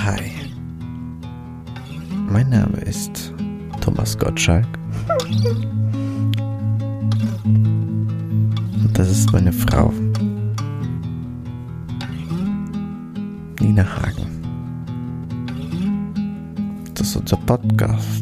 Hi, mein Name ist Thomas Gottschalk und das ist meine Frau, Nina Hagen. Das ist unser Podcast.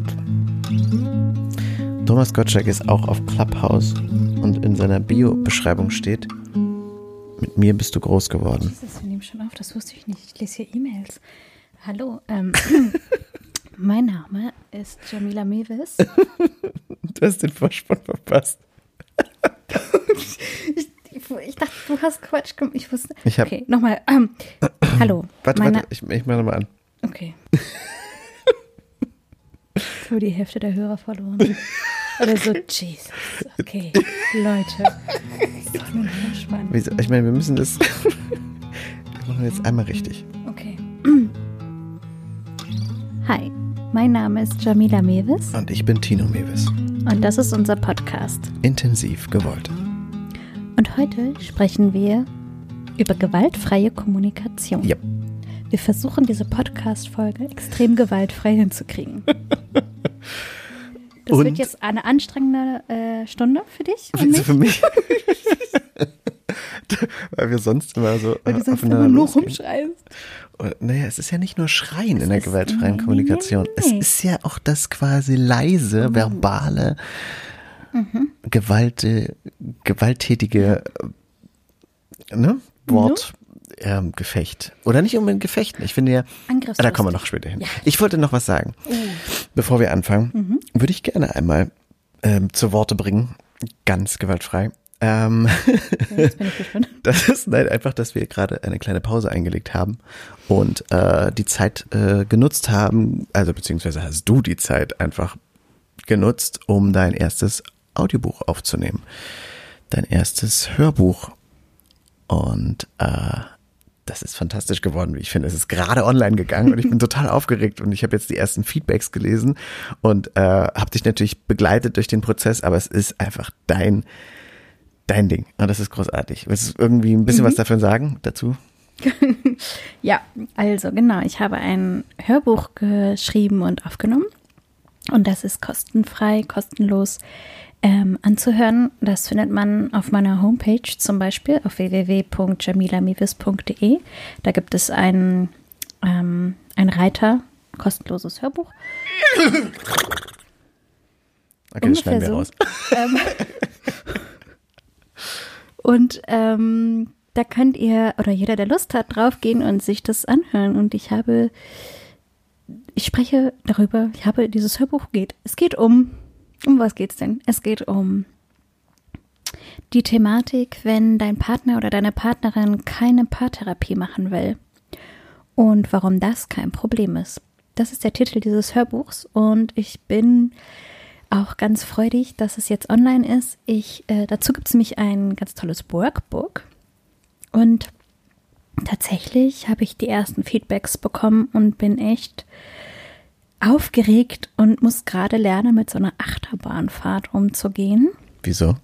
Thomas Gottschalk ist auch auf Clubhouse und in seiner Bio-Beschreibung steht: Mit mir bist du groß geworden. Jesus, wir nehmen schon auf, das wusste ich nicht. Ich lese hier E-Mails. Hallo, mein Name ist Jamila Mewis. Du hast den Vorspann verpasst. Ich dachte, du hast Quatsch gemacht. Ich wusste. Ich hab, okay, nochmal. Hallo. Warte, ich mache nochmal an. Okay. Ich habe die Hälfte der Hörer verloren. Oder so, Jesus. Okay, Leute. Das ist doch nur ein Vorspann. Wieso? Ich meine, wir müssen das. Wir machen jetzt einmal richtig. Okay. Hi, mein Name ist Jamila Mewis. Und ich bin Tino Mewis. Und das ist unser Podcast. Intensiv gewollt. Und heute sprechen wir über gewaltfreie Kommunikation. Ja. Wir versuchen, diese Podcast-Folge extrem gewaltfrei hinzukriegen. Das wird jetzt eine anstrengende Stunde für dich und mich. Für mich? Weil wir sonst immer so weil du sonst immer nur rumschreist. Naja, es ist ja nicht nur Schreien in der gewaltfreien Kommunikation. Es ist ja auch das quasi leise, verbale, gewalttätige Wortgefecht. Oder nicht unbedingt Gefecht. Ich finde ja, da kommen wir noch später hin. Ja. Ich wollte noch was sagen. Bevor wir anfangen, würde ich gerne einmal zu Worte bringen, ganz gewaltfrei. Jetzt bin ich gespannt. Das ist einfach, dass wir gerade eine kleine Pause eingelegt haben und die Zeit genutzt haben, also beziehungsweise hast du die Zeit einfach genutzt, um dein erstes Audiobuch aufzunehmen. Dein erstes Hörbuch. Und das ist fantastisch geworden, wie ich finde. Es ist gerade online gegangen und ich bin total aufgeregt und ich habe jetzt die ersten Feedbacks gelesen und habe dich natürlich begleitet durch den Prozess, aber es ist einfach dein Ding und das ist großartig. Willst du irgendwie ein bisschen was dafür sagen dazu? Ja, also genau, ich habe ein Hörbuch geschrieben und aufgenommen und das ist kostenfrei, kostenlos anzuhören. Das findet man auf meiner Homepage zum Beispiel auf www.jamilamewis.de. Da gibt es einen Reiter, kostenloses Hörbuch. Okay, das schneiden wir raus. Und da könnt ihr, oder jeder, der Lust hat, draufgehen und sich das anhören. Und ich spreche darüber, dieses Hörbuch es geht um was geht's denn? Es geht um die Thematik, wenn dein Partner oder deine Partnerin keine Paartherapie machen will und warum das kein Problem ist. Das ist der Titel dieses Hörbuchs und ich bin auch ganz freudig, dass es jetzt online ist. Dazu gibt es nämlich ein ganz tolles Workbook und tatsächlich habe ich die ersten Feedbacks bekommen und bin echt aufgeregt und muss gerade lernen, mit so einer Achterbahnfahrt umzugehen. Wieso?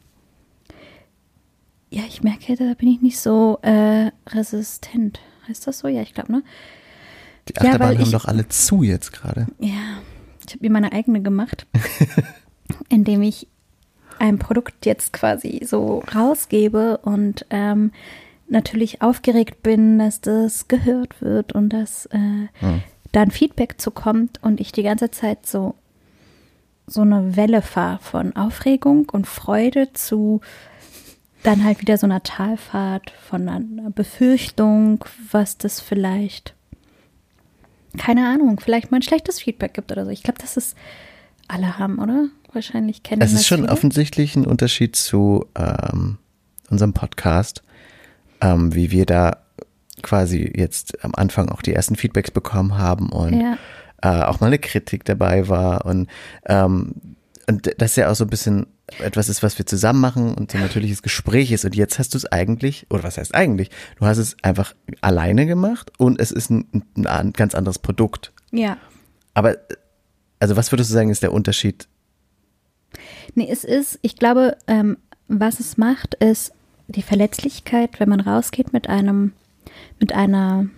Ja, ich merke, da bin ich nicht so resistent. Heißt das so? Ja, ich glaube, ne? Die Achterbahnen haben doch alle zu jetzt gerade. Ja, ich habe mir meine eigene gemacht, indem ich ein Produkt jetzt quasi so rausgebe und natürlich aufgeregt bin, dass das gehört wird und dass dann Feedback zukommt und ich die ganze Zeit so eine Welle fahre von Aufregung und Freude zu dann halt wieder so einer Talfahrt von einer Befürchtung, was das vielleicht, keine Ahnung, vielleicht mal ein schlechtes Feedback gibt oder so. Ich glaube, das ist, alle haben, oder? Wahrscheinlich kennen es ist schon offensichtlich ein Unterschied zu unserem Podcast, wie wir da quasi jetzt am Anfang auch die ersten Feedbacks bekommen haben und auch mal eine Kritik dabei war und das ja auch so ein bisschen etwas ist, was wir zusammen machen und so ein natürliches Gespräch ist und jetzt hast du es eigentlich, oder was heißt eigentlich, du hast es einfach alleine gemacht und es ist ein ganz anderes Produkt. Ja. Aber, also was würdest du sagen, ist der Unterschied? Nee, ich glaube, was es macht, ist die Verletzlichkeit, wenn man rausgeht mit einer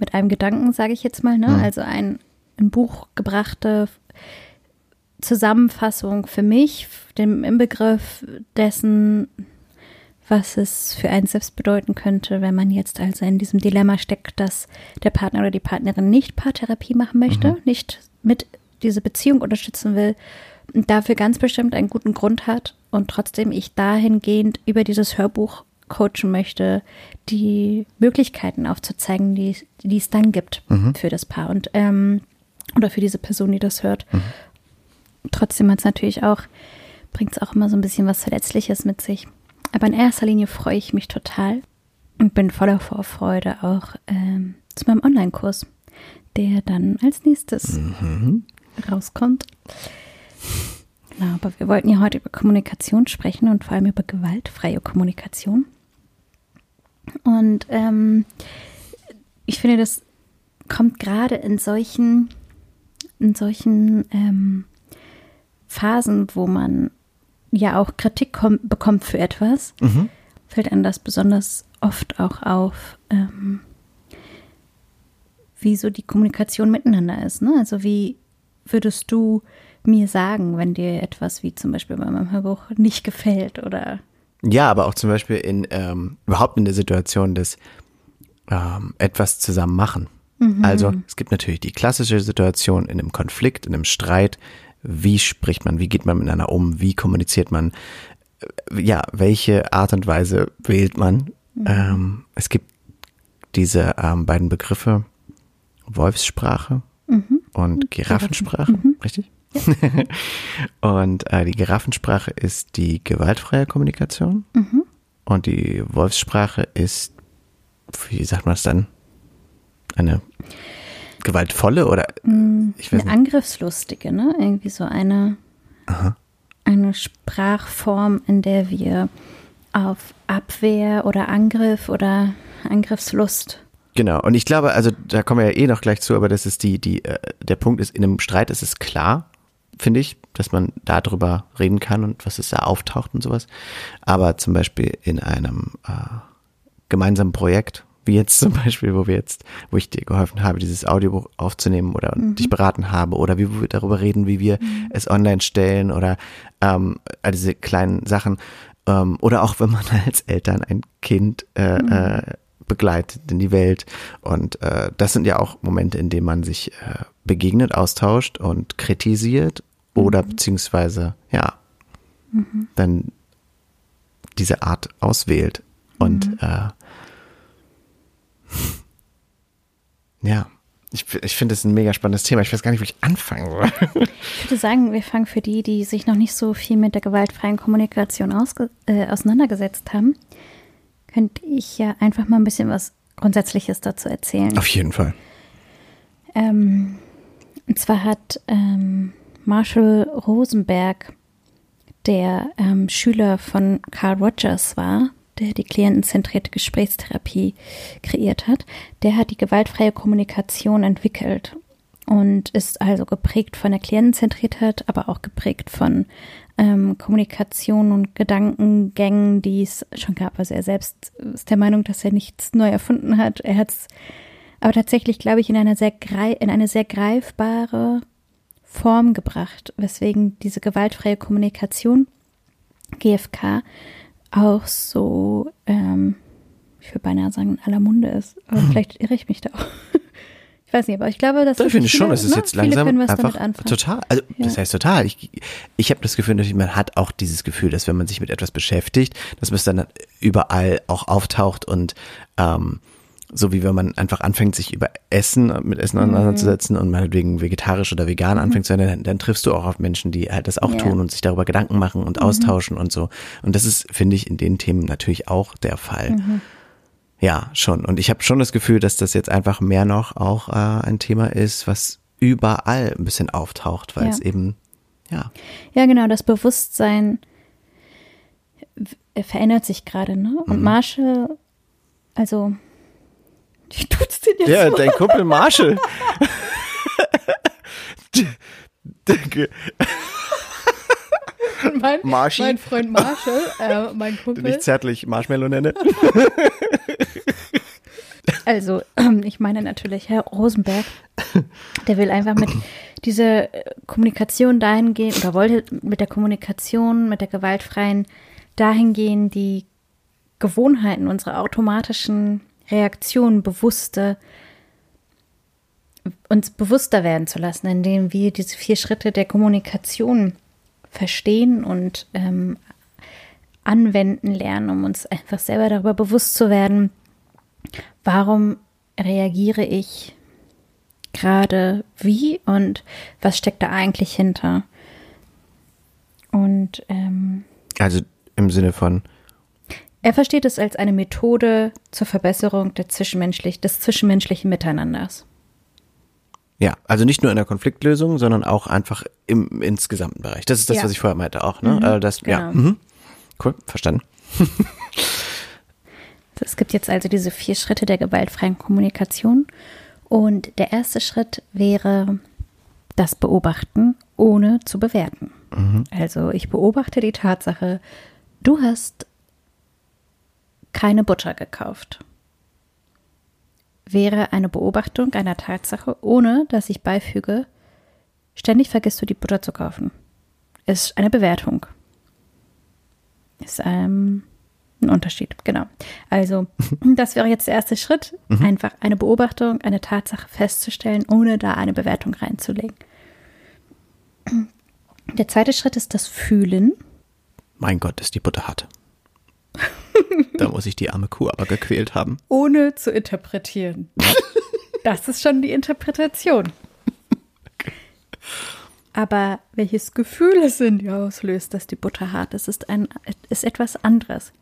mit einem Gedanken, sage ich jetzt mal, ne? Also ein Buch gebrachte Zusammenfassung für mich, dem Inbegriff dessen, was es für einen selbst bedeuten könnte, wenn man jetzt also in diesem Dilemma steckt, dass der Partner oder die Partnerin nicht Paartherapie machen möchte, nicht mit diese Beziehung unterstützen will und dafür ganz bestimmt einen guten Grund hat und trotzdem ich dahingehend über dieses Hörbuch coachen möchte, die Möglichkeiten aufzuzeigen, die es dann gibt für das Paar und oder für diese Person, die das hört. Trotzdem hat es natürlich auch, bringt es auch immer so ein bisschen was Verletzliches mit sich. Aber in erster Linie freue ich mich total und bin voller Vorfreude auch zu meinem Online-Kurs, der dann als nächstes rauskommt. Genau, aber wir wollten ja heute über Kommunikation sprechen und vor allem über gewaltfreie Kommunikation. Und ich finde, das kommt gerade in solchen Phasen, wo man ja auch Kritik bekommt für etwas, fällt einem das besonders oft auch auf, wie so die Kommunikation miteinander ist. Ne? Also wie würdest du mir sagen, wenn dir etwas wie zum Beispiel bei meinem Hörbuch nicht gefällt oder? Ja, aber auch zum Beispiel überhaupt in der Situation des etwas zusammen machen. Also es gibt natürlich die klassische Situation in einem Konflikt, in einem Streit. Wie spricht man, wie geht man miteinander um, wie kommuniziert man, ja, welche Art und Weise wählt man. Es gibt diese beiden Begriffe Wolfssprache und Giraffensprache, richtig? Ja. Und die Giraffensprache ist die gewaltfreie Kommunikation und die Wolfssprache ist, wie sagt man das dann, eine gewaltvolle oder ich weiß eine nicht. Angriffslustige, ne? Irgendwie so eine Sprachform, in der wir auf Abwehr oder Angriff oder Angriffslust. Genau, und ich glaube, also da kommen wir ja noch gleich zu, aber das ist der Punkt ist, in einem Streit ist es klar, finde ich, dass man darüber reden kann und was es da auftaucht und sowas. Aber zum Beispiel in einem gemeinsamen Projekt, wie jetzt zum Beispiel, wo ich dir geholfen habe, dieses Audiobuch aufzunehmen oder dich beraten habe oder wie wir darüber reden, wie wir es online stellen oder all diese kleinen Sachen oder auch wenn man als Eltern ein Kind begleitet in die Welt und das sind ja auch Momente, in denen man sich begegnet, austauscht und kritisiert oder beziehungsweise dann diese Art auswählt und ja, ich finde das ein mega spannendes Thema. Ich weiß gar nicht, wo ich anfangen soll. Ich würde sagen, wir fangen für die sich noch nicht so viel mit der gewaltfreien Kommunikation auseinandergesetzt haben, könnte ich ja einfach mal ein bisschen was Grundsätzliches dazu erzählen. Auf jeden Fall. Und zwar hat Marshall Rosenberg, der Schüler von Carl Rogers war, der die klientenzentrierte Gesprächstherapie kreiert hat, der hat die gewaltfreie Kommunikation entwickelt und ist also geprägt von der Klientenzentriertheit, aber auch geprägt von Kommunikation und Gedankengängen, die es schon gab. Also er selbst ist der Meinung, dass er nichts neu erfunden hat. Er hat es aber tatsächlich, glaube ich, in eine sehr greifbare Form gebracht, weswegen diese gewaltfreie Kommunikation, GFK, auch so, ich würde beinahe sagen, in aller Munde ist. Aber vielleicht irre ich mich da auch. Ich weiß nicht, aber ich glaube, dass ich finde schon, es ist jetzt langsam einfach total, also das heißt total. Ich habe das Gefühl, man hat auch dieses Gefühl, dass wenn man sich mit etwas beschäftigt, dass es dann überall auch auftaucht und so wie wenn man einfach anfängt, sich mit Essen auseinanderzusetzen und meinetwegen vegetarisch oder vegan anfängt zu sein, dann triffst du auch auf Menschen, die halt das auch tun und sich darüber Gedanken machen und austauschen und so. Und das ist, finde ich, in den Themen natürlich auch der Fall. Ja, schon. Und ich habe schon das Gefühl, dass das jetzt einfach mehr noch auch ein Thema ist, was überall ein bisschen auftaucht, weil es eben, Ja, genau, das Bewusstsein verändert sich gerade, ne? Und Marshall, also wie tut's denn jetzt? Ja, dein Kumpel Marshall. Danke. Mein Freund Marshall, mein Kumpel. Den ich zärtlich Marshmallow nenne. Also, ich meine natürlich Herr Rosenberg, der will einfach mit dieser Kommunikation dahin gehen oder wollte mit der Kommunikation, mit der gewaltfreien dahin gehen, die Gewohnheiten, unsere automatischen Reaktionen uns bewusster werden zu lassen, indem wir diese 4 Schritte der Kommunikation verstehen und anwenden lernen, um uns einfach selber darüber bewusst zu werden, warum reagiere ich gerade wie und was steckt da eigentlich hinter. Und also im Sinne von? Er versteht es als eine Methode zur Verbesserung des zwischenmenschlichen Miteinanders. Ja, also nicht nur in der Konfliktlösung, sondern auch einfach im insgesamten Bereich. Das ist das, was ich vorher meinte auch. Ne? Genau. Cool, verstanden. Es gibt jetzt also diese 4 Schritte der gewaltfreien Kommunikation. Und der erste Schritt wäre das Beobachten, ohne zu bewerten. Also ich beobachte die Tatsache, du hast keine Butter gekauft. Wäre eine Beobachtung einer Tatsache, ohne dass ich beifüge, ständig vergisst du die Butter zu kaufen. Ist eine Bewertung. Ist ein Unterschied, genau. Also das wäre jetzt der erste Schritt, einfach eine Beobachtung, eine Tatsache festzustellen, ohne da eine Bewertung reinzulegen. Der zweite Schritt ist das Fühlen. Mein Gott, ist die Butter hart. Da muss ich die arme Kuh aber gequält haben. Ohne zu interpretieren. Das ist schon die Interpretation. Aber welches Gefühl es in dir auslöst, dass die Butter hart ist, ist etwas anderes.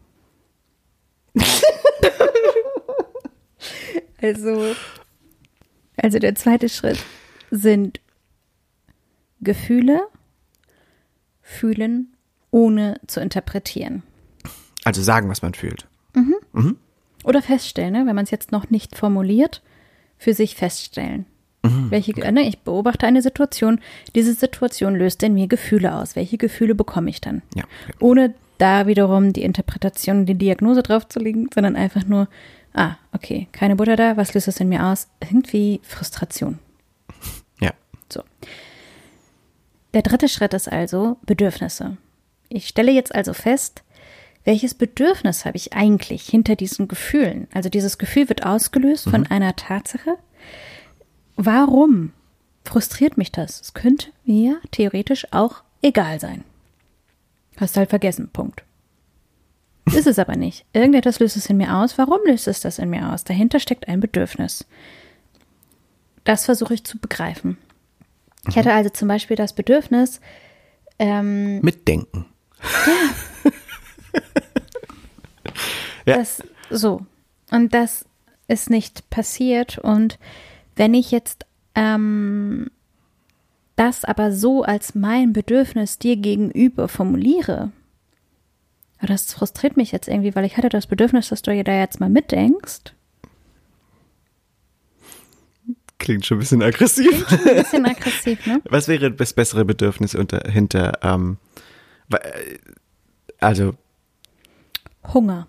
Also der zweite Schritt sind Gefühle, fühlen, ohne zu interpretieren. Also sagen, was man fühlt. Oder feststellen, ne? Wenn man es jetzt noch nicht formuliert, für sich feststellen. Ich beobachte eine Situation, diese Situation löst in mir Gefühle aus. Welche Gefühle bekomme ich dann? Ja. Ohne da wiederum die Interpretation, die Diagnose draufzulegen, sondern einfach nur, okay, keine Butter da, was löst das in mir aus? Irgendwie Frustration. Ja. So. Der dritte Schritt ist also Bedürfnisse. Ich stelle jetzt also fest, welches Bedürfnis habe ich eigentlich hinter diesen Gefühlen? Also dieses Gefühl wird ausgelöst von einer Tatsache. Warum frustriert mich das? Es könnte mir theoretisch auch egal sein. Hast halt vergessen, Punkt. Ist es aber nicht. Irgendetwas löst es in mir aus. Warum löst es das in mir aus? Dahinter steckt ein Bedürfnis. Das versuche ich zu begreifen. Ich hatte also zum Beispiel das Bedürfnis, Mitdenken. Ja. Und das ist nicht passiert. Und wenn ich jetzt das aber so als mein Bedürfnis dir gegenüber formuliere, das frustriert mich jetzt irgendwie, weil ich hatte das Bedürfnis, dass du da jetzt mal mitdenkst. Klingt schon ein bisschen aggressiv. Ne? Was wäre das bessere Bedürfnis hinter, also Hunger.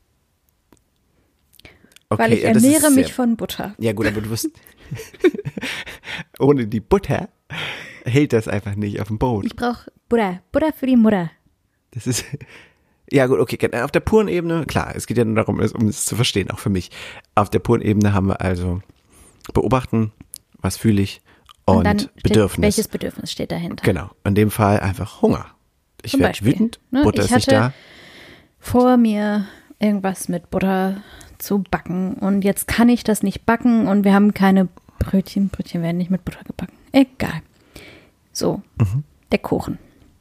Okay, weil ich ernähre mich von Butter. Ja gut, aber du wirst ohne die Butter hält das einfach nicht auf dem Boden. Ich brauche Butter für die Mutter. Das ist, ja gut, okay, auf der puren Ebene, klar, es geht ja nur darum, um es zu verstehen, auch für mich. Auf der puren Ebene haben wir also beobachten, was fühle ich und dann Bedürfnis. Welches Bedürfnis steht dahinter? Genau, in dem Fall einfach Hunger. Ich werde wütend, Butter ist nicht da. Vor mir irgendwas mit Butter zu backen und jetzt kann ich das nicht backen und wir haben keine Brötchen werden nicht mit Butter gebacken. Egal. So, der Kuchen.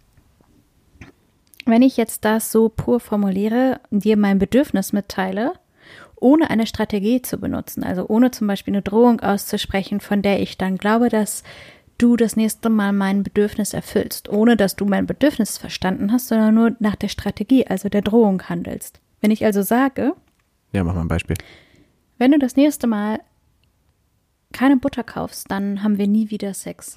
Wenn ich jetzt das so pur formuliere und dir mein Bedürfnis mitteile, ohne eine Strategie zu benutzen, also ohne zum Beispiel eine Drohung auszusprechen, von der ich dann glaube, dass du das nächste Mal mein Bedürfnis erfüllst, ohne dass du mein Bedürfnis verstanden hast, sondern nur nach der Strategie, also der Drohung handelst. Wenn ich also sage, ja, mach mal ein Beispiel. Wenn du das nächste Mal keine Butter kaufst, dann haben wir nie wieder Sex.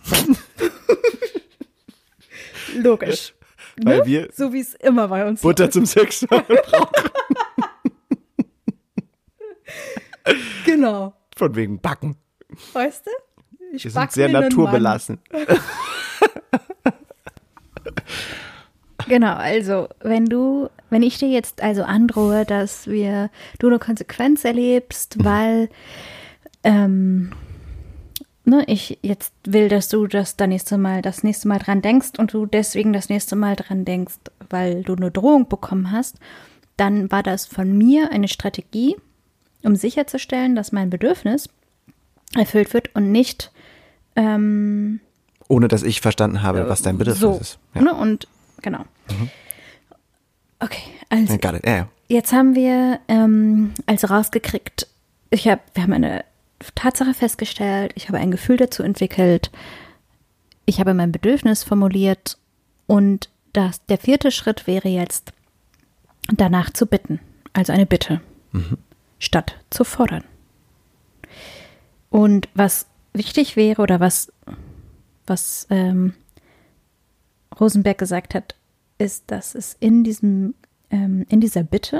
Logisch. Weil wir so wie es immer bei uns Butter zum Sex brauchen. Genau. Von wegen Backen. Weißt du? Wir sind sehr naturbelassen. Genau, also wenn ich dir jetzt also androhe, dass du eine Konsequenz erlebst, weil ich jetzt will, dass du das nächste Mal dran denkst und du deswegen das nächste Mal dran denkst, weil du eine Drohung bekommen hast, dann war das von mir eine Strategie, um sicherzustellen, dass mein Bedürfnis erfüllt wird und nicht ohne dass ich verstanden habe, was dein Bedürfnis ist. Ja. Ne? Und genau. Okay, also Got it. Ja. Jetzt haben wir also rausgekriegt, wir haben eine Tatsache festgestellt, ich habe ein Gefühl dazu entwickelt, ich habe mein Bedürfnis formuliert und der 4. Schritt wäre jetzt, danach zu bitten, also eine Bitte, statt zu fordern. Und was wichtig wäre oder was Rosenberg gesagt hat, ist, dass es in dieser Bitte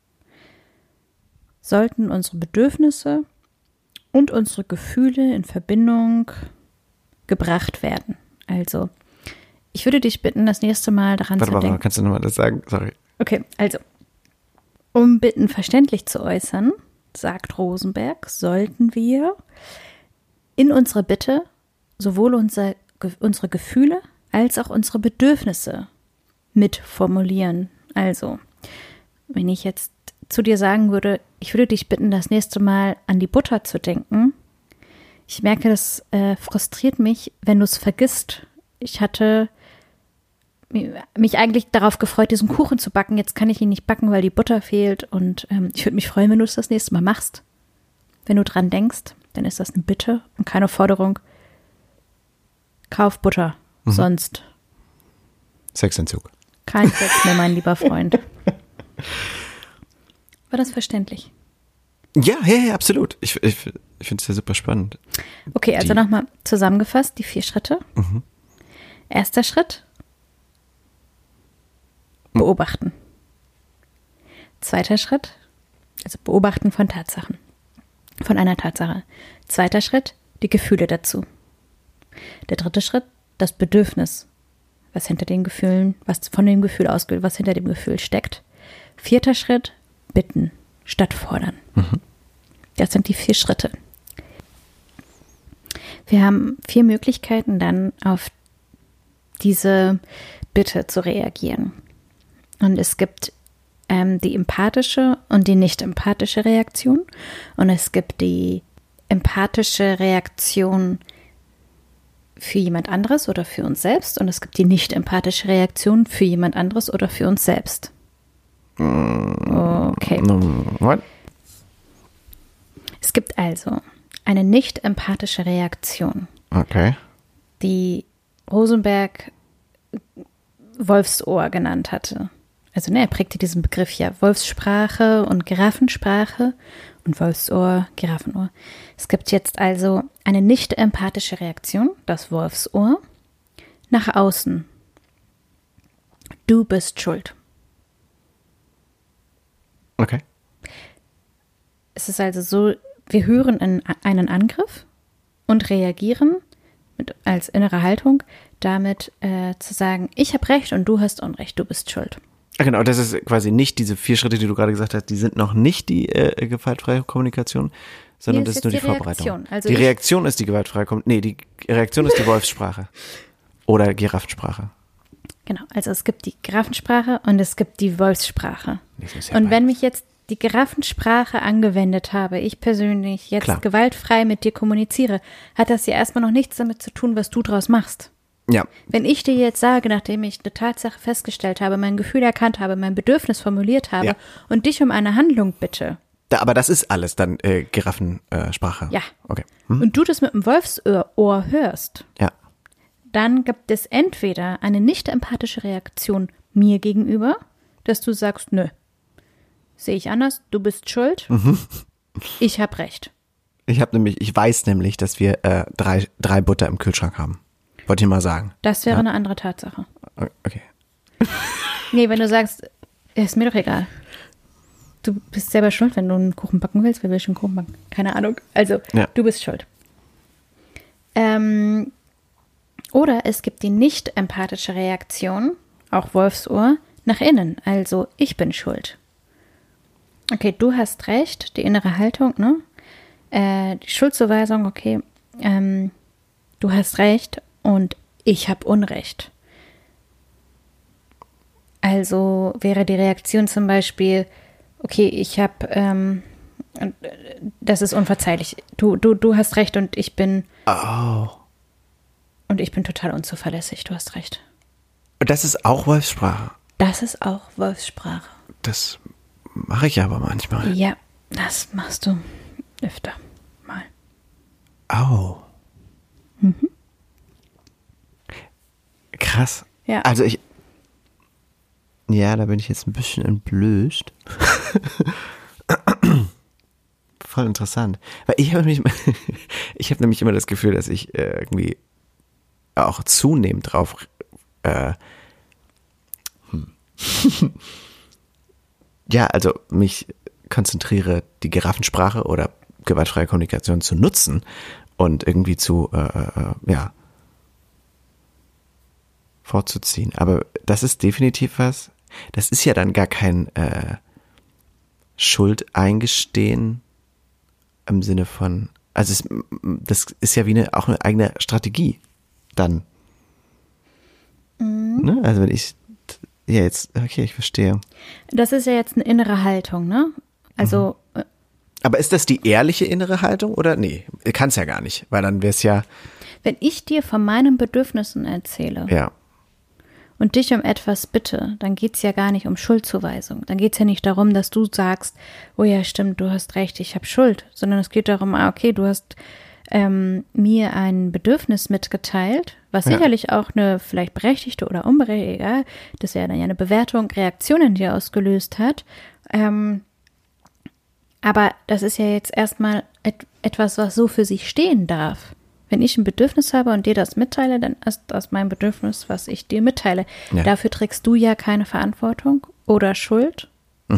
sollten unsere Bedürfnisse und unsere Gefühle in Verbindung gebracht werden. Also, ich würde dich bitten, das nächste Mal daran zu denken. Warte, kannst du nochmal das sagen? Sorry. Okay, also, um Bitten verständlich zu äußern, sagt Rosenberg, sollten wir in unserer Bitte sowohl unsere Gefühle als auch unsere Bedürfnisse mit formulieren. Also, wenn ich jetzt zu dir sagen würde, ich würde dich bitten, das nächste Mal an die Butter zu denken. Ich merke, das frustriert mich, wenn du es vergisst. Ich hatte mich eigentlich darauf gefreut, diesen Kuchen zu backen. Jetzt kann ich ihn nicht backen, weil die Butter fehlt. Und ich würde mich freuen, wenn du es das nächste Mal machst. Wenn du dran denkst, dann ist das eine Bitte und keine Forderung. Kauf Butter, sonst Sexentzug. Kein Sex mehr, mein lieber Freund. War das verständlich? Ja, absolut. Ich finde es ja super spannend. Okay, also nochmal zusammengefasst, die 4 Schritte. Erster Schritt, beobachten. Zweiter Schritt, also beobachten von Tatsachen. Von einer Tatsache. Zweiter Schritt, die Gefühle dazu. Der 3. Schritt, das Bedürfnis. Was hinter den Gefühlen, was von dem Gefühl ausgeht, was hinter dem Gefühl steckt. 4. Schritt, bitten statt fordern. Das sind die 4 Schritte. Wir haben 4 Möglichkeiten, dann auf diese Bitte zu reagieren. Und es gibt die empathische und die nicht empathische Reaktion. Und es gibt die empathische Reaktion für jemand anderes oder für uns selbst. Und es gibt die nicht empathische Reaktion für jemand anderes oder für uns selbst. Okay. What? Es gibt also eine nicht empathische Reaktion, Okay. die Rosenberg Wolfsohr genannt hatte. Also er prägte diesen Begriff ja, Wolfssprache und Giraffensprache und Wolfsohr, Giraffenohr. Es gibt jetzt also eine nicht empathische Reaktion, das Wolfsohr, nach außen. Du bist schuld. Okay. Es ist also so, wir hören einen Angriff und reagieren als innere Haltung damit zu sagen, ich habe Recht und du hast Unrecht, du bist schuld. Genau, das ist quasi nicht diese 4 Schritte, die du gerade gesagt hast, die sind noch nicht die gewaltfreie Kommunikation, sondern das ist nur die Vorbereitung. Also die Reaktion ist die gewaltfreie Kommunikation. Nee, die Reaktion ist die Wolfssprache oder Giraffensprache. Genau, also es gibt die Giraffensprache und es gibt die Wolfssprache. Und wenn mich jetzt die Giraffensprache angewendet habe, ich persönlich jetzt gewaltfrei mit dir kommuniziere, hat das ja erstmal noch nichts damit zu tun, was du draus machst. Ja. Wenn ich dir jetzt sage, nachdem ich eine Tatsache festgestellt habe, mein Gefühl erkannt habe, mein Bedürfnis formuliert habe und dich um eine Handlung bitte. Aber das ist alles dann Giraffensprache. Ja. Okay. Und du das mit dem Wolfsohr hörst. Ja. Dann gibt es entweder eine nicht empathische Reaktion mir gegenüber, dass du sagst, nö, sehe ich anders, du bist schuld, ich habe Recht. Ich weiß nämlich, dass wir 3 Butter im Kühlschrank haben. Wollte ich mal sagen. Das wäre eine andere Tatsache. Okay. Nee, wenn du sagst, ist mir doch egal. du bist selber schuld, wenn du einen Kuchen backen willst. Wer will schon Kuchen backen? Keine Ahnung. Also, du bist schuld. Oder es gibt die nicht empathische Reaktion, auch Wolfsohr, nach innen. Also, ich bin schuld. Okay, du hast recht, die innere Haltung, ne? Die Schuldzuweisung, okay, du hast recht und ich habe Unrecht. Also wäre die Reaktion zum Beispiel, okay, ich habe, das ist unverzeihlich. Du hast recht und ich bin. Oh. Und ich bin total unzuverlässig. Du hast recht. Das ist auch Wolfssprache. Das ist auch Wolfssprache. Das mache ich aber manchmal. Ja, das machst du öfter mal. Oh. Krass. Ja. Also da bin ich jetzt ein bisschen entblößt. Voll interessant. Weil ich habe nämlich immer das Gefühl, dass ich irgendwie auch zunehmend drauf ja, also mich konzentriere, die Giraffensprache oder gewaltfreie Kommunikation zu nutzen und irgendwie zu vorzuziehen. Aber das ist definitiv was, das ist ja dann gar kein Schuldeingestehen im Sinne von, also das ist ja wie auch eine eigene Strategie dann. Ne? Also wenn ich, okay, ich verstehe. Das ist ja jetzt eine innere Haltung, ne? Also. Aber ist das die ehrliche innere Haltung oder nee, kann es ja gar nicht, weil dann wäre es ja. Wenn ich dir von meinen Bedürfnissen erzähle. Ja. Und dich um etwas bitte, dann geht es ja gar nicht um Schuldzuweisung. Dann geht es ja nicht darum, dass du sagst, oh ja, stimmt, du hast recht, ich habe Schuld. Sondern es geht darum, okay, du hast mir ein Bedürfnis mitgeteilt, was sicherlich auch eine vielleicht berechtigte oder unberechtigte, egal, das ja dann ja eine Bewertung, Reaktion in dir ausgelöst hat. Aber das ist ja jetzt erstmal etwas, was so für sich stehen darf. Wenn ich ein Bedürfnis habe und dir das mitteile, dann ist das mein Bedürfnis, was ich dir mitteile. Ja. Dafür trägst du ja keine Verantwortung oder Schuld.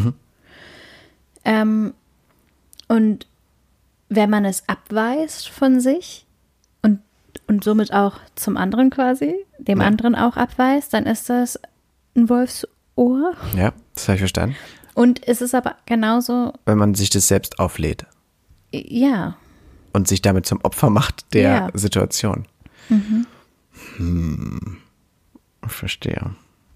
Und wenn man es abweist von sich und somit auch zum anderen quasi, dem anderen auch abweist, dann ist das ein Wolfsohr. Ja, das habe ich verstanden. Und es ist aber genauso. Wenn man sich das selbst auflädt. Ja. Und sich damit zum Opfer macht der Situation. Ich verstehe.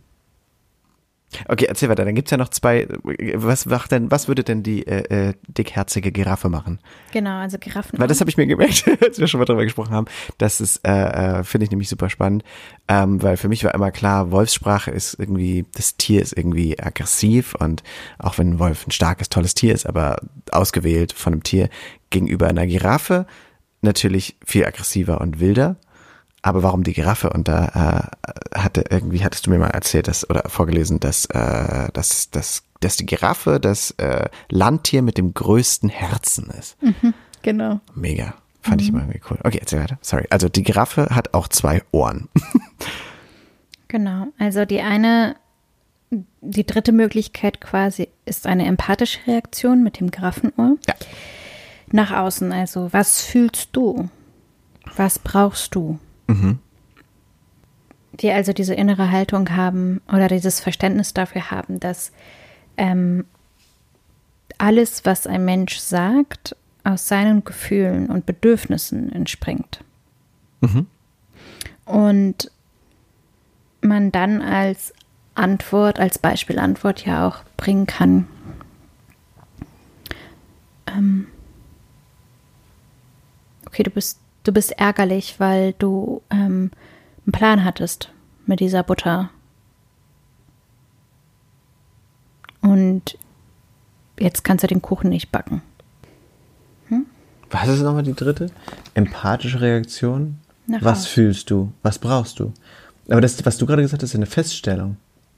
Okay, erzähl weiter. Dann gibt es ja noch zwei. Was würde denn die dickherzige Giraffe machen? Genau, also Giraffen. Weil das habe ich mir gemerkt, als wir schon mal drüber gesprochen haben. Das ist, finde ich nämlich super spannend. Weil für mich war immer klar, Wolfssprache ist irgendwie, das Tier ist irgendwie aggressiv und auch wenn ein Wolf ein starkes, tolles Tier ist, aber ausgewählt von einem Tier gegenüber einer Giraffe natürlich viel aggressiver und wilder. Aber warum die Giraffe? Und da hattest du mir mal erzählt, oder vorgelesen, dass die Giraffe das Landtier mit dem größten Herzen ist. Genau. Mega. Fand ich immer irgendwie cool. Okay, erzähl weiter. Sorry. Also die Giraffe hat auch 2 Ohren. Genau. Also die dritte Möglichkeit quasi ist eine empathische Reaktion mit dem Giraffenohr. Ja. Nach außen. Also was fühlst du? Was brauchst du? Die also diese innere Haltung haben oder dieses Verständnis dafür haben, dass alles, was ein Mensch sagt, aus seinen Gefühlen und Bedürfnissen entspringt. Und man dann als Beispielantwort ja auch bringen kann. Okay, du bist ärgerlich, weil du einen Plan hattest mit dieser Butter. Und jetzt kannst du den Kuchen nicht backen. Was ist nochmal die dritte? Empathische Reaktion? Was fühlst du? Was brauchst du? Aber das, was du gerade gesagt hast, ist eine Feststellung.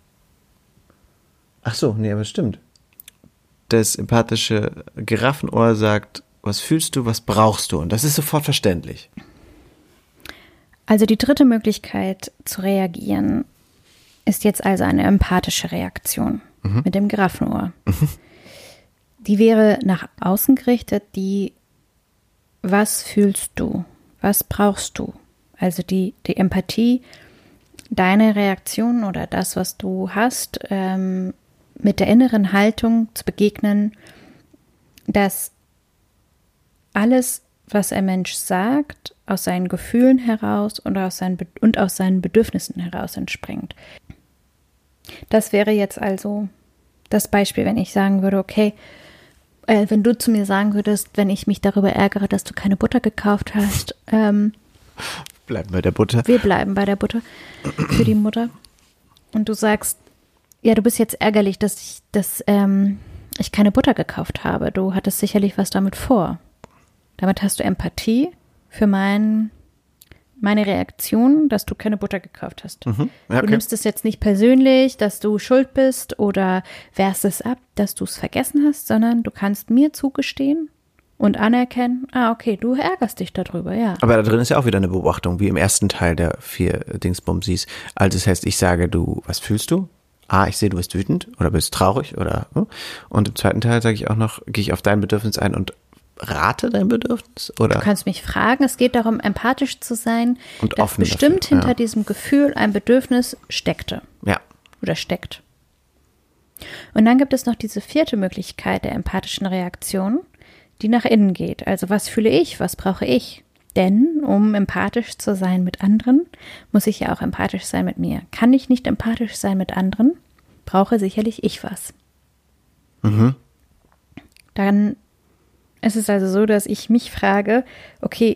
Ach so, nee, aber stimmt. Das empathische Giraffenohr sagt, was fühlst du, was brauchst du? Und das ist sofort verständlich. Also die dritte Möglichkeit zu reagieren ist jetzt also eine empathische Reaktion mit dem Giraffenohr. die wäre nach außen gerichtet, was fühlst du? Was brauchst du? Also die Empathie, deine Reaktion oder das, was du hast, mit der inneren Haltung zu begegnen, dass alles, was ein Mensch sagt, aus seinen Gefühlen heraus und aus seinen Bedürfnissen heraus entspringt. Das wäre jetzt also das Beispiel, wenn ich sagen würde, okay, wenn du zu mir sagen würdest, wenn ich mich darüber ärgere, dass du keine Butter gekauft hast, bleiben bei der Butter. Wir bleiben bei der Butter für die Mutter. Und du sagst, ja, du bist jetzt ärgerlich, dass ich keine Butter gekauft habe. Du hattest sicherlich was damit vor. Damit hast du Empathie für meine Reaktion, dass du keine Butter gekauft hast. Mhm. Ja, okay. Du nimmst es jetzt nicht persönlich, dass du schuld bist oder wehrst es ab, dass du es vergessen hast, sondern du kannst mir zugestehen und anerkennen, okay, du ärgerst dich darüber, ja. Aber da drin ist ja auch wieder eine Beobachtung, wie im ersten Teil der 4 Dingsbumsis. Also das heißt, ich sage, was fühlst du? Ich sehe, du bist wütend oder bist traurig oder und im zweiten Teil sage ich auch noch, gehe ich auf dein Bedürfnis ein und rate dein Bedürfnis? Oder? Du kannst mich fragen, es geht darum, empathisch zu sein, und dass offen bestimmt dafür, hinter diesem Gefühl ein Bedürfnis steckte. Ja. Oder steckt. Und dann gibt es noch diese 4. Möglichkeit der empathischen Reaktion, die nach innen geht. Also was fühle ich, was brauche ich? Denn um empathisch zu sein mit anderen, muss ich ja auch empathisch sein mit mir. Kann ich nicht empathisch sein mit anderen, brauche sicherlich ich was. Mhm. Dann ist es also so, dass ich mich frage, okay,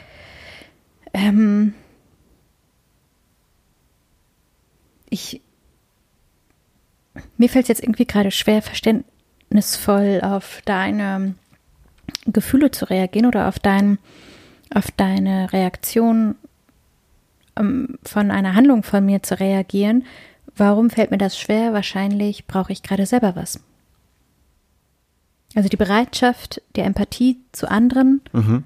mir fällt es jetzt irgendwie gerade schwer, verständnisvoll auf deine Gefühle zu reagieren oder auf deine Reaktion von einer Handlung von mir zu reagieren. Warum fällt mir das schwer? Wahrscheinlich brauche ich gerade selber was. Also die Bereitschaft der Empathie zu anderen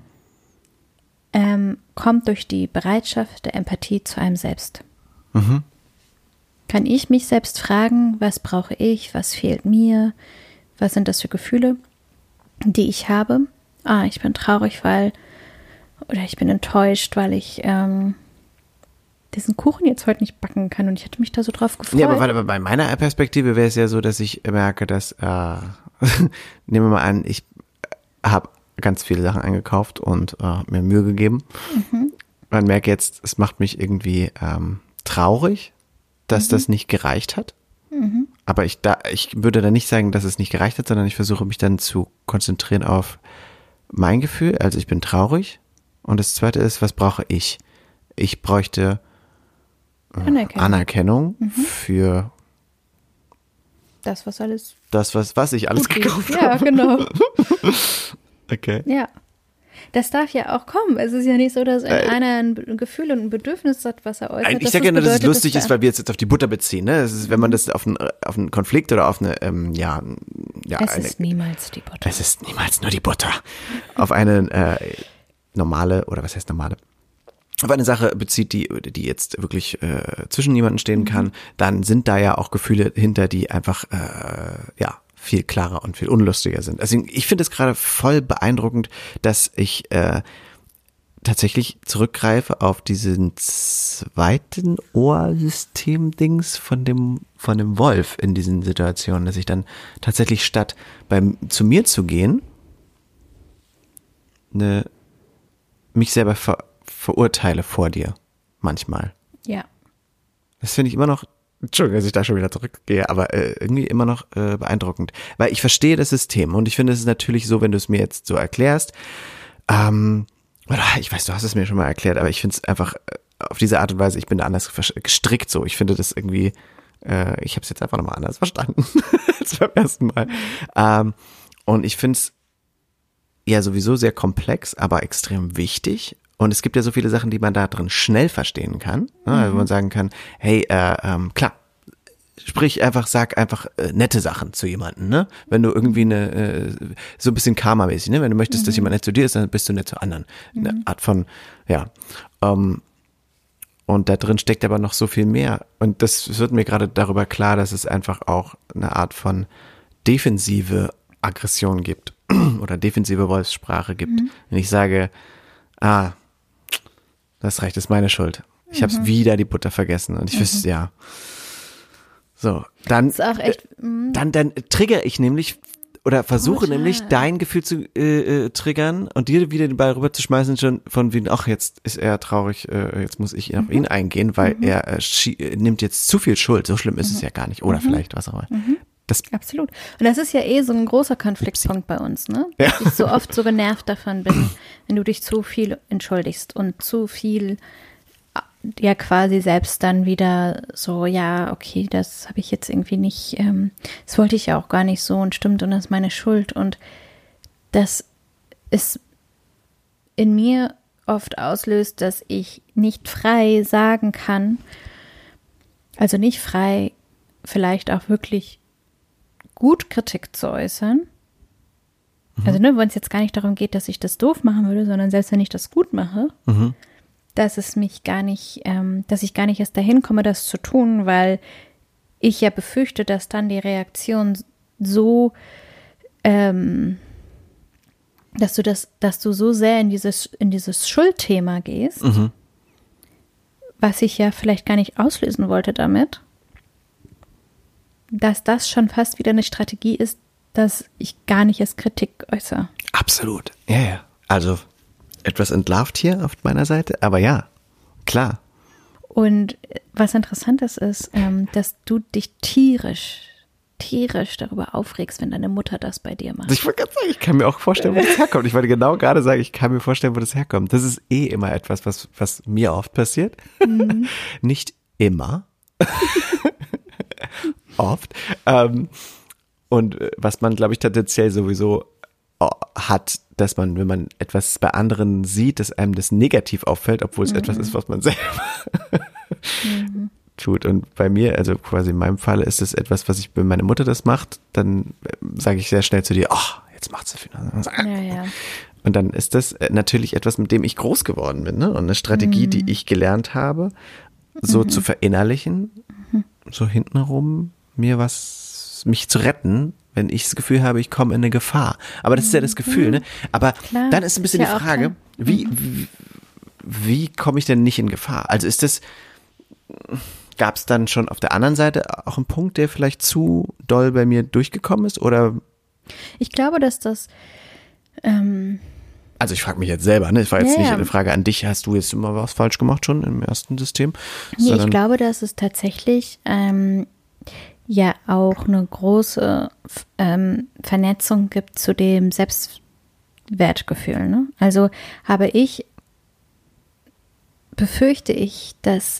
kommt durch die Bereitschaft der Empathie zu einem selbst. Mhm. Kann ich mich selbst fragen, was brauche ich, was fehlt mir, was sind das für Gefühle, die ich habe? Ich bin traurig, oder ich bin enttäuscht, weil ich diesen Kuchen jetzt heute nicht backen kann und ich hätte mich da so drauf gefreut. Ja, aber bei meiner Perspektive wäre es ja so, dass ich merke, dass, nehmen wir mal an, ich habe ganz viele Sachen eingekauft und mir Mühe gegeben. Mhm. Man merkt jetzt, es macht mich irgendwie traurig, dass das nicht gereicht hat. Mhm. Aber ich würde da nicht sagen, dass es nicht gereicht hat, sondern ich versuche mich dann zu konzentrieren auf mein Gefühl. Also ich bin traurig. Und das zweite ist, was brauche ich? Ich bräuchte Anerkennung für das, was ich alles gekauft habe. Ja, genau. Okay. Ja. Das darf ja auch kommen. Es ist ja nicht so, dass einer ein Gefühl und ein Bedürfnis hat, was er äußert. Ich sage ja nur, dass es lustig ist, weil wir jetzt auf die Butter beziehen. Ne? Das ist, wenn man das auf einen Konflikt oder auf eine, es ist niemals die Butter. Es ist niemals nur die Butter. Auf eine normale, oder was heißt normale? Auf eine Sache bezieht, die jetzt wirklich zwischen niemanden stehen kann, dann sind da ja auch Gefühle hinter, die einfach, viel klarer und viel unlustiger sind. Also ich finde es gerade voll beeindruckend, dass ich tatsächlich zurückgreife auf diesen zweiten Ohrsystem-Dings von dem Wolf in diesen Situationen, dass ich dann tatsächlich statt zu mir zu gehen, mich selber verurteile vor dir manchmal. Ja. Das finde ich immer noch, Entschuldigung, dass ich da schon wieder zurückgehe, aber irgendwie immer noch beeindruckend. Weil ich verstehe das System und ich finde, es ist natürlich so, wenn du es mir jetzt so erklärst, oder ich weiß, du hast es mir schon mal erklärt, aber ich finde es einfach auf diese Art und Weise, ich bin da anders gestrickt so. Ich finde das irgendwie, ich habe es jetzt einfach nochmal anders verstanden als beim ersten Mal. Und ich finde es ja sowieso sehr komplex, aber extrem wichtig. Und es gibt ja so viele Sachen, die man da drin schnell verstehen kann. Ne? Also man sagen kann, hey, klar, sag einfach nette Sachen zu jemandem, ne? Wenn du irgendwie so ein bisschen Karma-mäßig, ne? Wenn du möchtest, dass jemand nett zu dir ist, dann bist du nett zu anderen. Eine Art von, ja. Und da drin steckt aber noch so viel mehr. Und das wird mir gerade darüber klar, dass es einfach auch eine Art von Defensive Aggression gibt oder defensive Wolfssprache gibt. Wenn ich sage, das Recht ist meine Schuld. Ich habe wieder die Butter vergessen und ich wüsste, ja. So, dann, ist auch echt, dann triggere ich nämlich oder versuche nämlich dein Gefühl zu triggern und dir wieder den Ball rüber zu schmeißen, schon von wie, ach, jetzt ist er traurig, jetzt muss ich auf ihn eingehen, weil er nimmt jetzt zu viel Schuld. So schlimm ist es ja gar nicht. Oder vielleicht, was auch immer. Absolut. Und das ist ja so ein großer Konfliktpunkt bei uns, ne? Ja. Dass ich so oft so genervt davon bin, wenn du dich zu viel entschuldigst und zu viel ja quasi selbst dann wieder so, ja, okay, das habe ich jetzt irgendwie nicht, das wollte ich ja auch gar nicht so und stimmt und das ist meine Schuld und das ist in mir oft auslöst, dass ich nicht frei sagen kann, also nicht frei vielleicht auch wirklich gut Kritik zu äußern. Also wenn es jetzt gar nicht darum geht, dass ich das doof machen würde, sondern selbst wenn ich das gut mache, dass es mich gar nicht, dass ich gar nicht erst dahin komme, das zu tun, weil ich ja befürchte, dass dann die Reaktion so, dass du so sehr in dieses Schuldthema gehst, was ich ja vielleicht gar nicht auslösen wollte damit, dass das schon fast wieder eine Strategie ist, dass ich gar nicht als Kritik äußere. Absolut. Ja. Also etwas entlarvt hier auf meiner Seite, aber ja, klar. Und was interessant ist, dass du dich tierisch darüber aufregst, wenn deine Mutter das bei dir macht. Ich wollte gerade sagen, ich kann mir auch vorstellen, wo das herkommt. Ich wollte genau gerade sagen, ich kann mir vorstellen, wo das herkommt. Das ist immer etwas, was mir oft passiert. Nicht immer. Oft. Und was man, glaube ich, tendenziell sowieso hat, dass man, wenn man etwas bei anderen sieht, dass einem das negativ auffällt, obwohl es etwas ist, was man selber tut. Und bei mir, also quasi in meinem Fall, ist es etwas, was wenn meine Mutter das macht, dann sage ich sehr schnell zu dir, jetzt macht sie wieder. Ja. Und dann ist das natürlich etwas, mit dem ich groß geworden bin, ne? Und eine Strategie, die ich gelernt habe, so zu verinnerlichen, so hintenrum mich zu retten, wenn ich das Gefühl habe, ich komme in eine Gefahr. Aber das ist ja das Gefühl, ne? Aber klar, dann ist ein bisschen die Frage, wie komme ich denn nicht in Gefahr? Also gab es dann schon auf der anderen Seite auch einen Punkt, der vielleicht zu doll bei mir durchgekommen ist? Oder? Ich glaube, dass das also ich frage mich jetzt selber, ne? Es war jetzt nicht eine Frage an dich, hast du jetzt immer was falsch gemacht schon im ersten System? Nee, ich glaube, dass es tatsächlich ja auch eine große Vernetzung gibt zu dem Selbstwertgefühl. Ne? Also befürchte ich, dass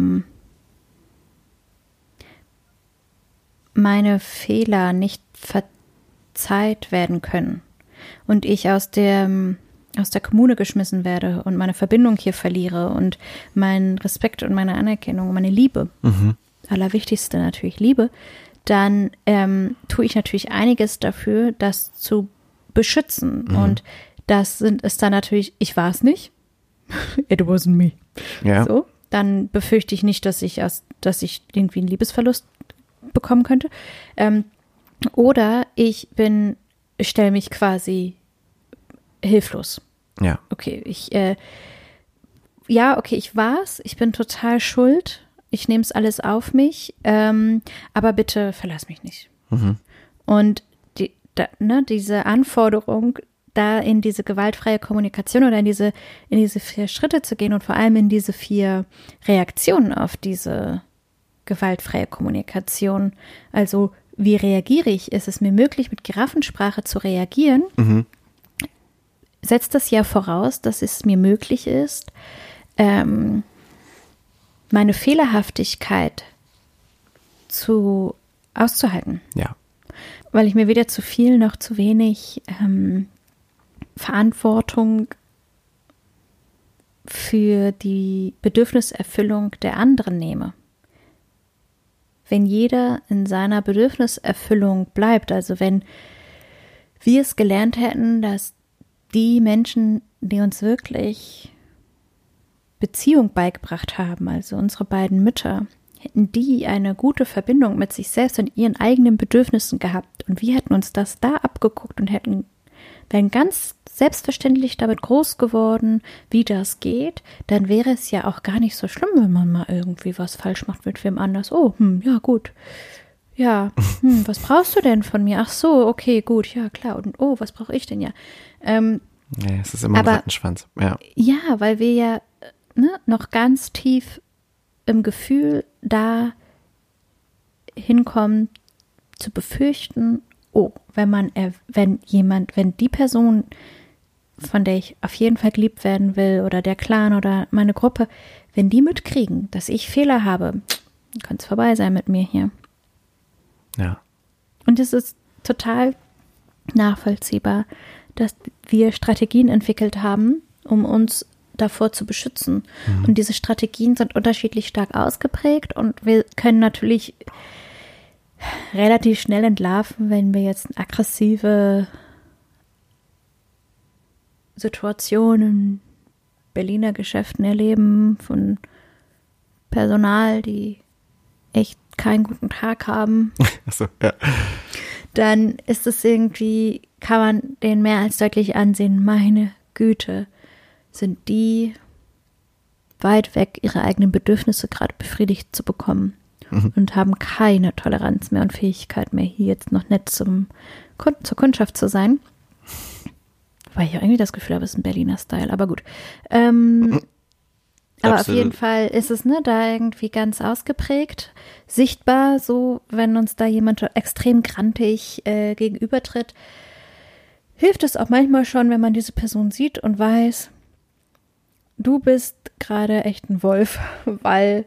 meine Fehler nicht verzeiht werden können und ich aus der Kommune geschmissen werde und meine Verbindung hier verliere und meinen Respekt und meine Anerkennung und meine Liebe, allerwichtigste natürlich Liebe, dann tue ich natürlich einiges dafür, das zu beschützen. Und das ist dann natürlich, ich war es nicht, it wasn't me. Ja. So, dann befürchte ich nicht, dass ich irgendwie einen Liebesverlust bekommen könnte. Oder ich stelle mich quasi hilflos. Ja. Okay, ich war's. Ich bin total schuld. Ich nehme es alles auf mich. Aber bitte verlass mich nicht. Und diese Anforderung, da in diese gewaltfreie Kommunikation oder in diese 4 Schritte zu gehen und vor allem in diese 4 Reaktionen auf diese gewaltfreie Kommunikation. Also wie reagiere ich? Ist es mir möglich, mit Giraffensprache zu reagieren? Setzt das ja voraus, dass es mir möglich ist, meine Fehlerhaftigkeit auszuhalten. Ja. Weil ich mir weder zu viel noch zu wenig Verantwortung für die Bedürfniserfüllung der anderen nehme. Wenn jeder in seiner Bedürfniserfüllung bleibt, also wenn wir es gelernt hätten, dass die Menschen, die uns wirklich Beziehung beigebracht haben, also unsere beiden Mütter, hätten die eine gute Verbindung mit sich selbst und ihren eigenen Bedürfnissen gehabt und wir hätten uns das da abgeguckt und wären ganz selbstverständlich damit groß geworden, wie das geht, dann wäre es ja auch gar nicht so schlimm, wenn man mal irgendwie was falsch macht mit wem anders. Oh, ja gut. Ja, was brauchst du denn von mir? Ach so, okay, gut, ja klar. Und oh, was brauche ich denn ja? Ja, es ist immer ein Rattenschwanz. Ja, weil wir ja noch ganz tief im Gefühl da hinkommen zu befürchten, oh, wenn die Person, von der ich auf jeden Fall geliebt werden will oder der Clan oder meine Gruppe, wenn die mitkriegen, dass ich Fehler habe, kann es vorbei sein mit mir hier. Ja. Und es ist total nachvollziehbar, dass wir Strategien entwickelt haben, um uns davor zu beschützen. Und diese Strategien sind unterschiedlich stark ausgeprägt und wir können natürlich relativ schnell entlarven, wenn wir jetzt aggressive Situationen in Berliner Geschäften erleben von Personal, die echt keinen guten Tag haben. Achso, ja. Dann ist es irgendwie, kann man den mehr als deutlich ansehen, meine Güte, sind die weit weg, ihre eigenen Bedürfnisse gerade befriedigt zu bekommen und haben keine Toleranz mehr und Fähigkeit mehr, hier jetzt noch nett zur Kundschaft zu sein. Weil ich auch irgendwie das Gefühl habe, es ist ein Berliner Style, aber gut. Aber auf jeden Fall ist es da irgendwie ganz ausgeprägt, sichtbar, so wenn uns da jemand extrem grantig gegenübertritt, hilft es auch manchmal schon, wenn man diese Person sieht und weiß, du bist gerade echt ein Wolf, weil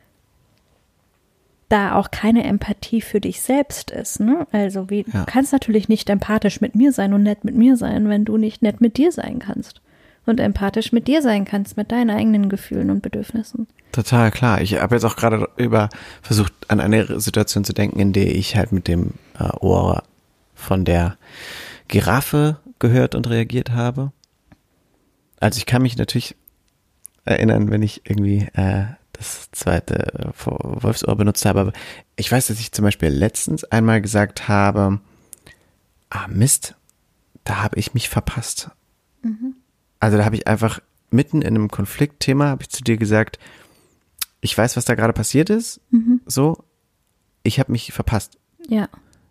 da auch keine Empathie für dich selbst ist. Ne? Also du kannst natürlich nicht empathisch mit mir sein und nett mit mir sein, wenn du nicht nett mit dir sein kannst. Und empathisch mit dir sein kannst, mit deinen eigenen Gefühlen und Bedürfnissen. Total klar. Ich habe jetzt auch gerade versucht, an eine Situation zu denken, in der ich halt mit dem Ohr von der Giraffe gehört und reagiert habe. Also ich kann mich natürlich erinnern, wenn ich irgendwie das zweite Wolfsohr benutzt habe, aber ich weiß, dass ich zum Beispiel letztens einmal gesagt habe, Mist, da habe ich mich verpasst. Also da habe ich einfach mitten in einem Konfliktthema, habe ich zu dir gesagt, ich weiß, was da gerade passiert ist, so, ich habe mich verpasst. Ja.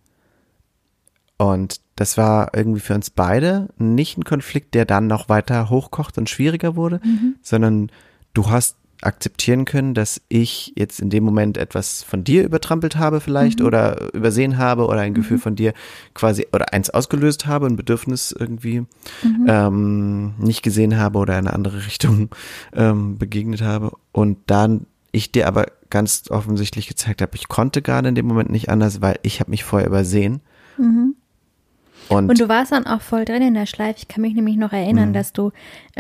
Und das war irgendwie für uns beide nicht ein Konflikt, der dann noch weiter hochkocht und schwieriger wurde, sondern du hast akzeptieren können, dass ich jetzt in dem Moment etwas von dir übertrampelt habe vielleicht oder übersehen habe oder ein Gefühl von dir quasi oder eins ausgelöst habe, ein Bedürfnis irgendwie nicht gesehen habe oder in eine andere Richtung begegnet habe und dann ich dir aber ganz offensichtlich gezeigt habe, ich konnte gerade in dem Moment nicht anders, weil ich habe mich vorher übersehen. Und du warst dann auch voll drin in der Schleife. Ich kann mich nämlich noch erinnern, dass du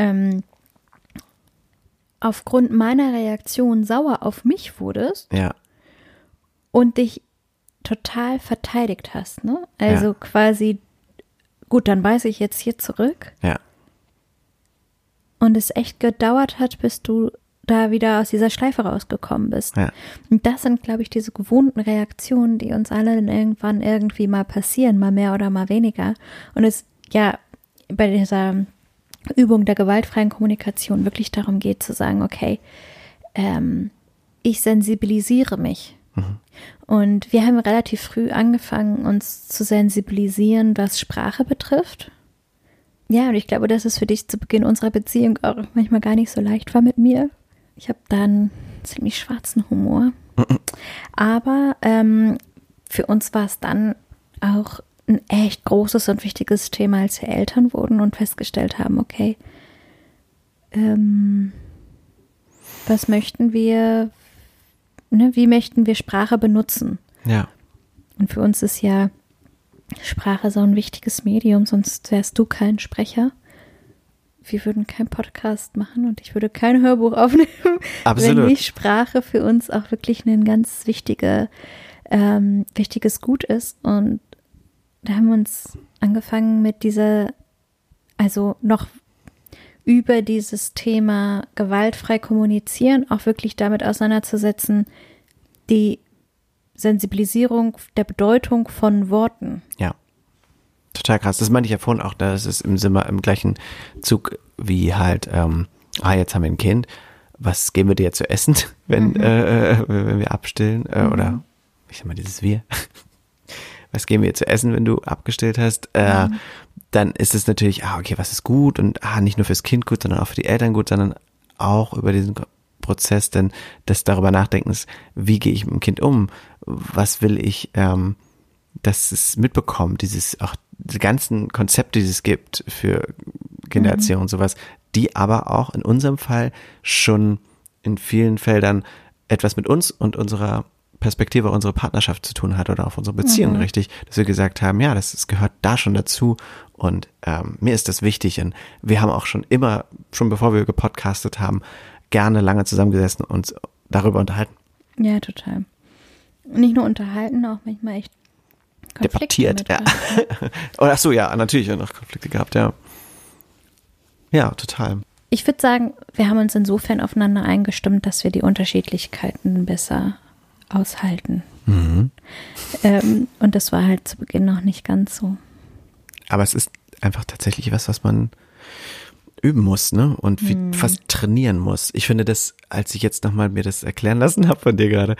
aufgrund meiner Reaktion sauer auf mich wurdest und dich total verteidigt hast. Ne? Also quasi, gut, dann weise ich jetzt hier zurück. Ja. Und es echt gedauert hat, bis du da wieder aus dieser Schleife rausgekommen bist. Ja. Und das sind, glaube ich, diese gewohnten Reaktionen, die uns alle irgendwann irgendwie mal passieren, mal mehr oder mal weniger. Und es bei dieser Übung der gewaltfreien Kommunikation wirklich darum geht zu sagen, okay, ich sensibilisiere mich. Und wir haben relativ früh angefangen, uns zu sensibilisieren, was Sprache betrifft. Ja, und ich glaube, dass es für dich zu Beginn unserer Beziehung auch manchmal gar nicht so leicht war mit mir. Ich habe da einen ziemlich schwarzen Humor. Aber für uns war es dann auch ein echt großes und wichtiges Thema, als wir Eltern wurden und festgestellt haben, okay, was möchten wir, wie möchten wir Sprache benutzen? Ja. Und für uns ist ja Sprache so ein wichtiges Medium, sonst wärst du kein Sprecher. Wir würden keinen Podcast machen und ich würde kein Hörbuch aufnehmen, Absolut. Wenn nicht Sprache für uns auch wirklich ein ganz wichtiges Gut ist. Und da haben wir uns angefangen mit noch über dieses Thema gewaltfrei kommunizieren, auch wirklich damit auseinanderzusetzen, die Sensibilisierung der Bedeutung von Worten. Ja, total krass. Das meinte ich ja vorhin auch, dass es im gleichen Zug wie halt, jetzt haben wir ein Kind, was geben wir dir zu essen, wenn wir abstillen? Oder, ich sag mal, dieses Wir. Was geben wir dir zu essen, wenn du abgestillt hast? Dann ist es natürlich, okay, was ist gut? Und nicht nur fürs Kind gut, sondern auch für die Eltern gut, sondern auch über diesen Prozess, denn das darüber nachdenken ist, wie gehe ich mit dem Kind um? Was will ich, dass es mitbekommt? Diese ganzen Konzepte, die es gibt für Kindererziehung und sowas, die aber auch in unserem Fall schon in vielen Feldern etwas mit uns und unserer Perspektive, unserer Partnerschaft zu tun hat oder auf unsere Beziehung, richtig, dass wir gesagt haben, ja, das gehört da schon dazu und mir ist das wichtig und wir haben auch schon bevor wir gepodcastet haben, gerne lange zusammengesessen und uns darüber unterhalten. Ja, total. Nicht nur unterhalten, auch manchmal echt Konflikte debattiert, ja. Ach so, ja, natürlich noch Konflikte gehabt, ja. Ja, total. Ich würde sagen, wir haben uns insofern aufeinander eingestimmt, dass wir die Unterschiedlichkeiten besser aushalten. Und das war halt zu Beginn noch nicht ganz so. Aber es ist einfach tatsächlich was man üben muss, ne? Und fast trainieren muss. Ich finde das, als ich jetzt nochmal mir das erklären lassen habe von dir gerade,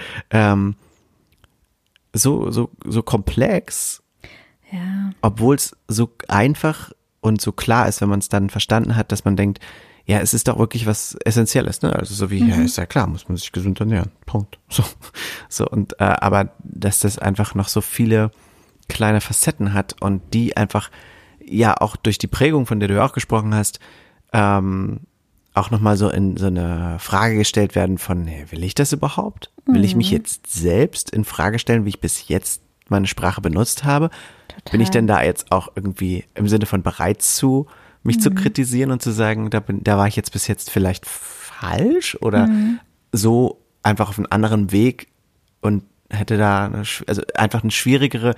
so komplex, ja. Obwohl es so einfach und so klar ist, wenn man es dann verstanden hat, dass man denkt, ja, es ist doch wirklich was Essentielles, ne? Also so wie, ja, ist ja klar, muss man sich gesund ernähren. Punkt. So und aber dass das einfach noch so viele kleine Facetten hat und die einfach auch durch die Prägung, von der du ja auch gesprochen hast, auch nochmal so in so eine Frage gestellt werden von, will ich das überhaupt? Will ich mich jetzt selbst in Frage stellen, wie ich bis jetzt meine Sprache benutzt habe? Total. Bin ich denn da jetzt auch irgendwie im Sinne von bereit zu, mich zu kritisieren und zu sagen, da war ich jetzt bis jetzt vielleicht falsch oder so einfach auf einen anderen Weg und hätte da einfach eine schwierigere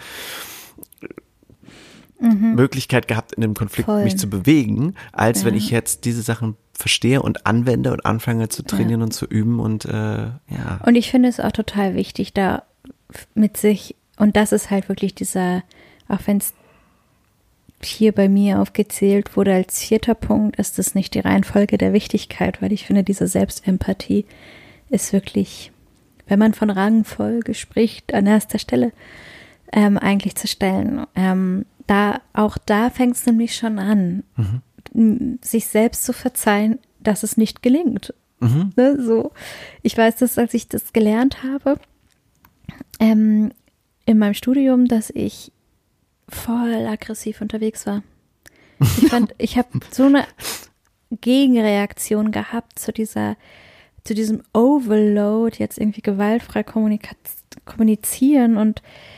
Möglichkeit gehabt, in dem Konflikt mich zu bewegen, als wenn ich jetzt diese Sachen verstehe und anwende und anfange zu trainieren und zu üben und Und ich finde es auch total wichtig, da mit sich, und das ist halt wirklich dieser, auch wenn es hier bei mir aufgezählt wurde als 4. Punkt, ist das nicht die Reihenfolge der Wichtigkeit, weil ich finde, diese Selbstempathie ist wirklich, wenn man von Rangfolge spricht, an erster Stelle eigentlich zu stellen. Da fängt es nämlich schon an, sich selbst zu verzeihen, dass es nicht gelingt. Ne, so. Ich weiß das, als ich das gelernt habe, in meinem Studium, dass ich voll aggressiv unterwegs war. Ich habe so eine Gegenreaktion gehabt zu diesem Overload, jetzt irgendwie gewaltfrei kommunizieren und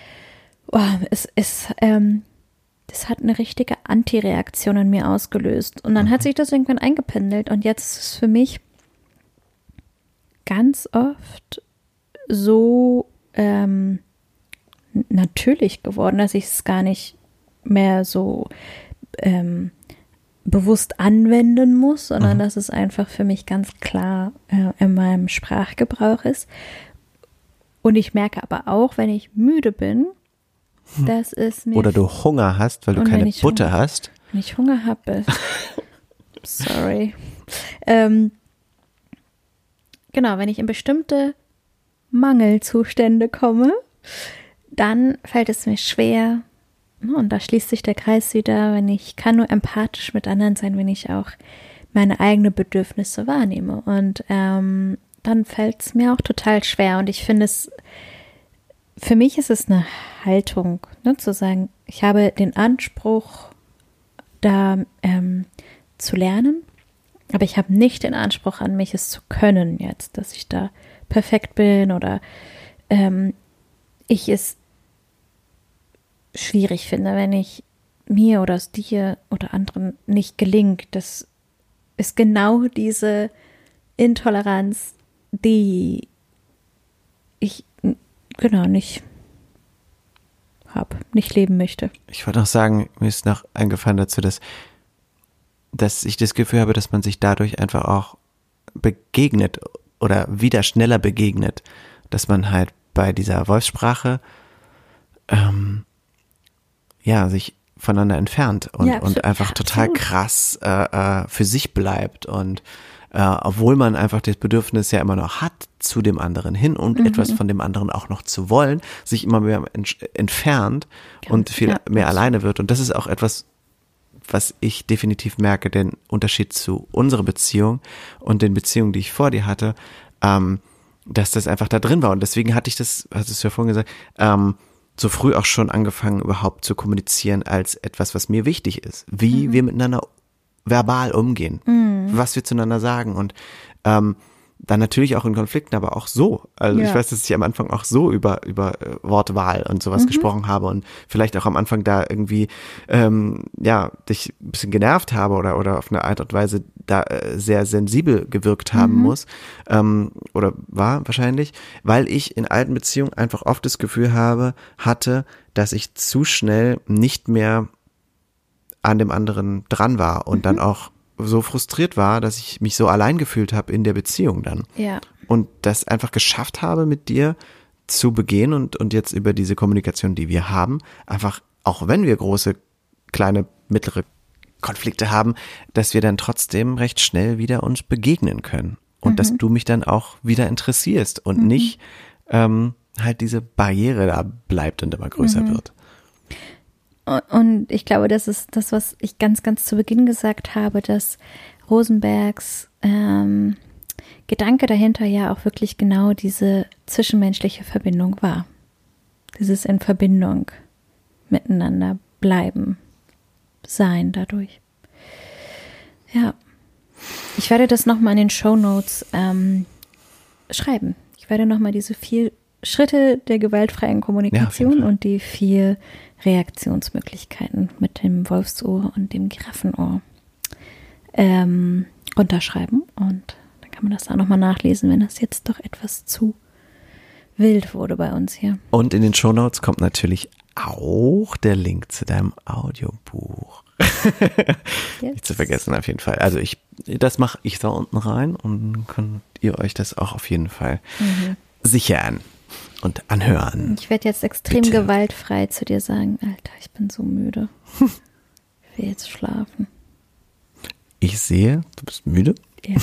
das hat eine richtige Antireaktion in mir ausgelöst. Und dann hat sich das irgendwann eingependelt und jetzt ist es für mich ganz oft so natürlich geworden, dass ich es gar nicht mehr so bewusst anwenden muss, sondern dass es einfach für mich ganz klar in meinem Sprachgebrauch ist. Und ich merke aber auch, wenn ich müde bin, dass es mir... Oder du Hunger hast, weil du keine Butter hast. Wenn ich Hunger habe, sorry. Genau, wenn ich in bestimmte Mangelzustände komme, dann fällt es mir schwer, und da schließt sich der Kreis wieder, ich kann nur empathisch mit anderen sein, wenn ich auch meine eigenen Bedürfnisse wahrnehme. Und dann fällt es mir auch total schwer. Und ich finde für mich ist es eine Haltung, ne, zu sagen, ich habe den Anspruch, da zu lernen, aber ich habe nicht den Anspruch an mich, es zu können jetzt, dass ich da perfekt bin oder ich es schwierig finde, wenn ich mir oder es dir oder anderen nicht gelingt. Das ist genau diese Intoleranz, die ich nicht habe, nicht leben möchte. Ich wollte noch sagen, mir ist noch eingefallen dazu, dass ich das Gefühl habe, dass man sich dadurch einfach auch begegnet oder wieder schneller begegnet, dass man halt bei dieser Wolfssprache sich voneinander entfernt und einfach total krass für sich bleibt und obwohl man einfach das Bedürfnis ja immer noch hat, zu dem anderen hin und etwas von dem anderen auch noch zu wollen, sich immer mehr entfernt und viel mehr alleine wird. Und das ist auch etwas, was ich definitiv merke, den Unterschied zu unserer Beziehung und den Beziehungen, die ich vor dir hatte, dass das einfach da drin war. Und deswegen hatte ich das, hast du es ja vorhin gesagt, so früh auch schon angefangen, überhaupt zu kommunizieren als etwas, was mir wichtig ist. Wie wir miteinander verbal umgehen, was wir zueinander sagen und dann natürlich auch in Konflikten, aber auch so. Also ich weiß, dass ich am Anfang auch so über Wortwahl und sowas gesprochen habe und vielleicht auch am Anfang da irgendwie dich ein bisschen genervt habe oder auf eine Art und Weise da sehr sensibel gewirkt haben muss oder war wahrscheinlich, weil ich in alten Beziehungen einfach oft das Gefühl hatte, dass ich zu schnell nicht mehr an dem anderen dran war und dann auch so frustriert war, dass ich mich so allein gefühlt habe in der Beziehung dann. Ja. Und das einfach geschafft habe, mit dir zu begehen und jetzt über diese Kommunikation, die wir haben, einfach, auch wenn wir große, kleine, mittlere Konflikte haben, dass wir dann trotzdem recht schnell wieder uns begegnen können. Und dass du mich dann auch wieder interessierst und nicht halt diese Barriere da bleibt und immer größer wird. Und ich glaube, das ist das, was ich ganz, ganz zu Beginn gesagt habe, dass Rosenbergs Gedanke dahinter ja auch wirklich genau diese zwischenmenschliche Verbindung war. Dieses in Verbindung miteinander bleiben, sein dadurch. Ja, ich werde das nochmal in den Shownotes schreiben. Ich werde nochmal diese 4 Schritte der gewaltfreien Kommunikation und die 4 Reaktionsmöglichkeiten mit dem Wolfsohr und dem Giraffenohr runterschreiben und dann kann man das auch nochmal nachlesen, wenn das jetzt doch etwas zu wild wurde bei uns hier. Und in den Shownotes kommt natürlich auch der Link zu deinem Audiobuch. Nicht zu vergessen auf jeden Fall. Also das mache ich da unten rein und dann könnt ihr euch das auch auf jeden Fall sichern und anhören. Ich werde jetzt extrem gewaltfrei zu dir sagen, Alter, ich bin so müde. Ich will jetzt schlafen. Ich sehe, du bist müde. Ja.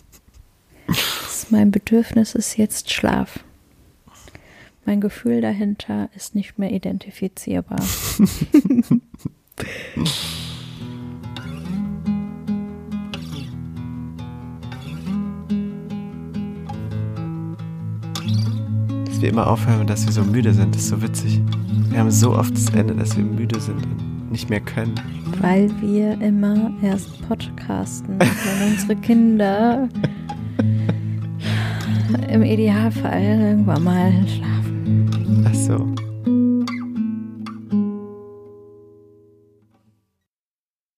Mein Bedürfnis ist jetzt Schlaf. Mein Gefühl dahinter ist nicht mehr identifizierbar. Dass wir immer aufhören, dass wir so müde sind, das ist so witzig. Wir haben so oft das Ende, dass wir müde sind und nicht mehr können. Weil wir immer erst podcasten, wenn unsere Kinder im Idealfall irgendwann mal schlafen. Ach so.